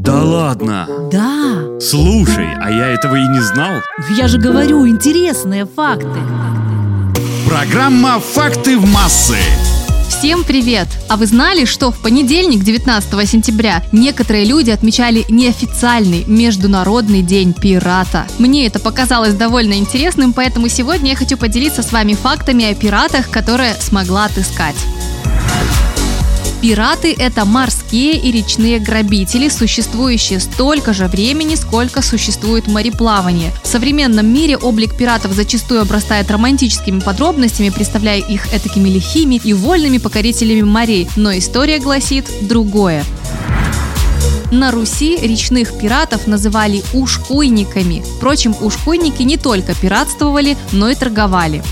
Да ладно? Да. Слушай, а я этого и не знал. Я же говорю, интересные факты. Программа «Факты в массы». Всем привет! А вы знали, что в понедельник, 19 сентября, некоторые люди отмечали неофициальный Международный день пирата? Мне это показалось довольно интересным, поэтому сегодня я хочу поделиться с вами фактами о пиратах, которые смогла отыскать. Пираты – это морские и речные грабители, существующие столько же времени, сколько существует мореплавание. В современном мире облик пиратов зачастую обрастает романтическими подробностями, представляя их этакими лихими и вольными покорителями морей, но история гласит другое. На Руси речных пиратов называли ушкуйниками. Впрочем, ушкуйники не только пиратствовали, но и торговали.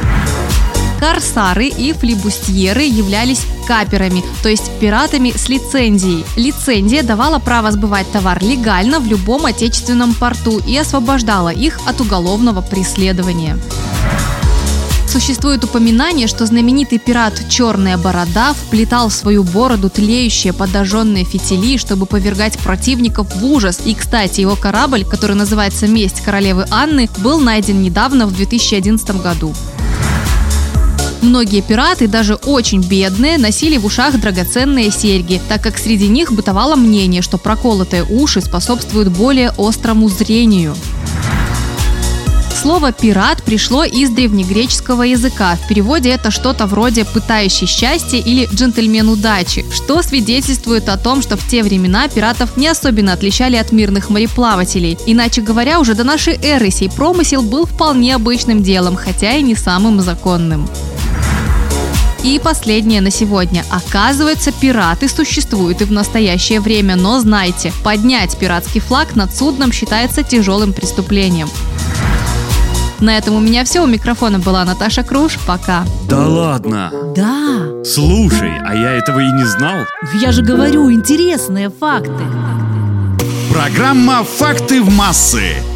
Корсары и флибустьеры являлись каперами, то есть пиратами с лицензией. Лицензия давала право сбывать товар легально в любом отечественном порту и освобождала их от уголовного преследования. Существует упоминание, что знаменитый пират Черная Борода вплетал в свою бороду тлеющие подожженные фитили, чтобы повергать противников в ужас. И, кстати, его корабль, который называется «Месть королевы Анны», был найден недавно в 2011 году. Многие пираты, даже очень бедные, носили в ушах драгоценные серьги, так как среди них бытовало мнение, что проколотые уши способствуют более острому зрению. Слово «пират» пришло из древнегреческого языка. В переводе это что-то вроде «пытающий счастье» или «джентльмен удачи», что свидетельствует о том, что в те времена пиратов не особенно отличали от мирных мореплавателей. Иначе говоря, уже до нашей эры сей промысел был вполне обычным делом, хотя и не самым законным. И последнее на сегодня. Оказывается, пираты существуют и в настоящее время, но знайте, поднять пиратский флаг над судном считается тяжелым преступлением. На этом у меня все. У микрофона была Наташа Круш. Пока. Да ладно? Да. Слушай, а я этого и не знал. Я же говорю, интересные факты. Программа «Факты в массы».